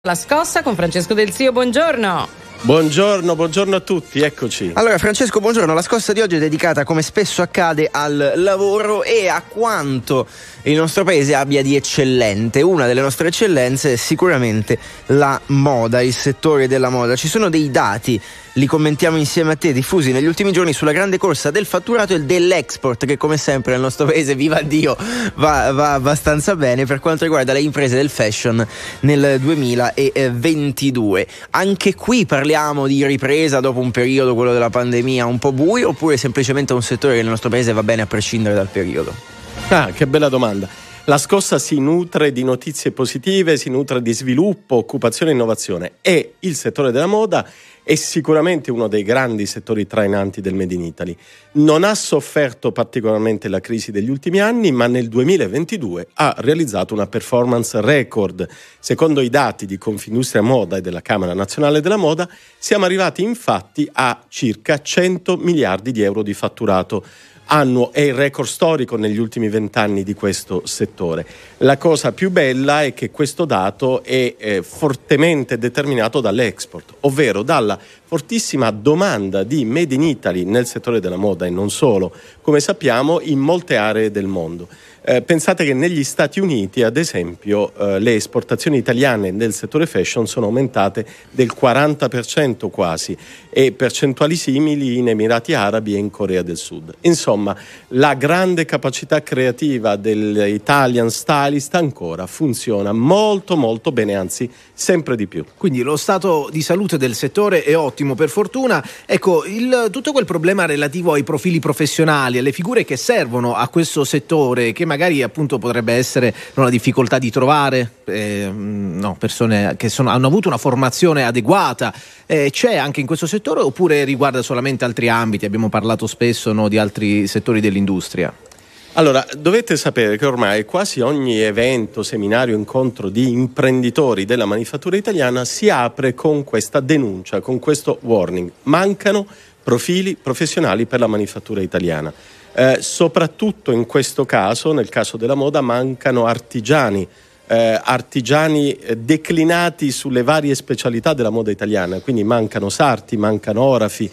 La scossa con Francesco Del Zio, buongiorno. Buongiorno a tutti, eccoci. Allora Francesco, buongiorno. La scossa di oggi è dedicata, come spesso accade, al lavoro e a quanto il nostro paese abbia di eccellente. Una delle nostre eccellenze è sicuramente la moda, il settore della moda. Ci sono dei dati, li commentiamo insieme a te, diffusi negli ultimi giorni sulla grande corsa del fatturato e dell'export, che come sempre nel nostro paese, viva Dio, va abbastanza bene per quanto riguarda le imprese del fashion nel 2022. Anche qui parliamo di ripresa dopo un periodo, quello della pandemia, un po' buio, oppure semplicemente un settore che nel nostro paese va bene a prescindere dal periodo? Che bella domanda. La scossa si nutre di notizie positive, si nutre di sviluppo, occupazione e innovazione, e il settore della moda è sicuramente uno dei grandi settori trainanti del Made in Italy. Non ha sofferto particolarmente la crisi degli ultimi anni, ma nel 2022 ha realizzato una performance record. Secondo i dati di Confindustria Moda e della Camera Nazionale della Moda, siamo arrivati infatti a circa 100 miliardi di euro di fatturato annuo. È il record storico negli ultimi 20 anni di questo settore. La cosa più bella è che questo dato è fortemente determinato dall'export, ovvero dalla fortissima domanda di Made in Italy nel settore della moda, e non solo, come sappiamo, in molte aree del mondo. Pensate che negli Stati Uniti, ad esempio, le esportazioni italiane nel settore fashion sono aumentate del 40% quasi, e percentuali simili in Emirati Arabi e in Corea del Sud. Insomma, la grande capacità creativa dell'Italian stylist ancora funziona molto molto bene, anzi sempre di più. Quindi lo stato di salute del settore è ottimo, per fortuna. Ecco, tutto quel problema relativo ai profili professionali, alle figure che servono a questo settore, che magari appunto potrebbe essere la difficoltà di trovare persone che hanno avuto una formazione adeguata, c'è anche in questo settore, oppure riguarda solamente altri ambiti? Abbiamo parlato spesso di altri settori dell'industria. Allora, dovete sapere che ormai quasi ogni evento, seminario, incontro di imprenditori della manifattura italiana si apre con questa denuncia, con questo warning. Mancano profili professionali per la manifattura italiana. Soprattutto in questo caso, nel caso della moda, mancano artigiani declinati sulle varie specialità della moda italiana, quindi mancano sarti, mancano orafi.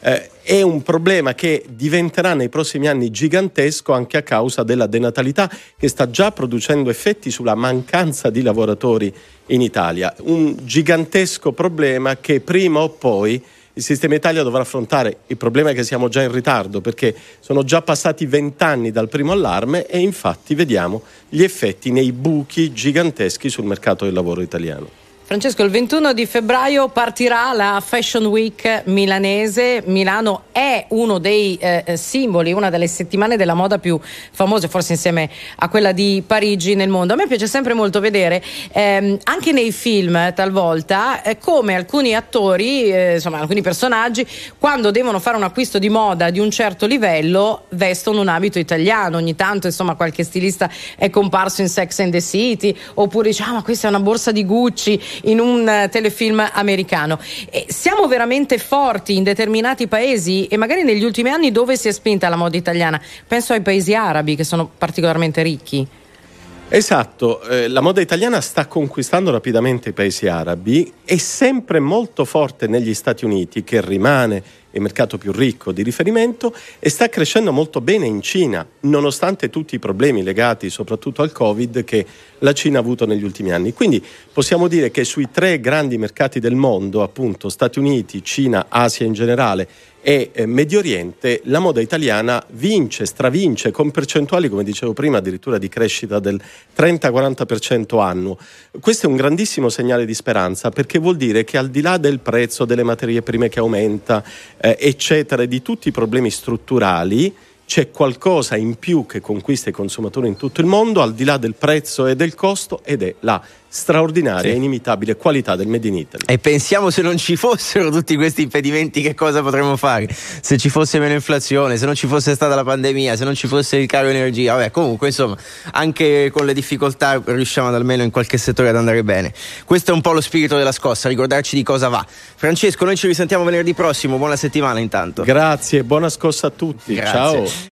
È un problema che diventerà nei prossimi anni gigantesco, anche a causa della denatalità, che sta già producendo effetti sulla mancanza di lavoratori in Italia. Un gigantesco problema che prima o poi il sistema Italia dovrà affrontare. Il problema è che siamo già in ritardo, perché sono già passati 20 anni dal primo allarme, e infatti vediamo gli effetti nei buchi giganteschi sul mercato del lavoro italiano. Francesco, il 21 di febbraio partirà la Fashion Week milanese. Milano è uno dei simboli, una delle settimane della moda più famose, forse insieme a quella di Parigi, nel mondo. A me piace sempre molto vedere, anche nei film talvolta, come alcuni attori, alcuni personaggi, quando devono fare un acquisto di moda di un certo livello, vestono un abito italiano. Ogni tanto, qualche stilista è comparso in Sex and the City, oppure dice, ma questa è una borsa di Gucci, in un telefilm americano. E siamo veramente forti in determinati paesi, e magari negli ultimi anni dove si è spinta la moda italiana? Penso ai paesi arabi, che sono particolarmente ricchi. Esatto, la moda italiana sta conquistando rapidamente i paesi arabi, è sempre molto forte negli Stati Uniti, che rimane il mercato più ricco di riferimento, e sta crescendo molto bene in Cina, nonostante tutti i problemi legati soprattutto al Covid che la Cina ha avuto negli ultimi anni. Quindi possiamo dire che sui 3 grandi mercati del mondo, appunto Stati Uniti, Cina, Asia in generale e Medio Oriente, la moda italiana stravince con percentuali, come dicevo prima, addirittura di crescita del 30-40% annuo. Questo è un grandissimo segnale di speranza, perché vuol dire che al di là del prezzo delle materie prime che aumenta, eccetera, e di tutti i problemi strutturali, c'è qualcosa in più che conquista i consumatori in tutto il mondo, al di là del prezzo e del costo, ed è la straordinaria e inimitabile qualità del Made in Italy. E pensiamo, se non ci fossero tutti questi impedimenti, che cosa potremmo fare? Se ci fosse meno inflazione, se non ci fosse stata la pandemia, se non ci fosse il caro energia. Vabbè, comunque insomma, anche con le difficoltà riusciamo almeno in qualche settore ad andare bene. Questo è un po' lo spirito della scossa, ricordarci di cosa va. Francesco, noi ci risentiamo venerdì prossimo, buona settimana intanto. Grazie, buona scossa a tutti. Grazie. Ciao.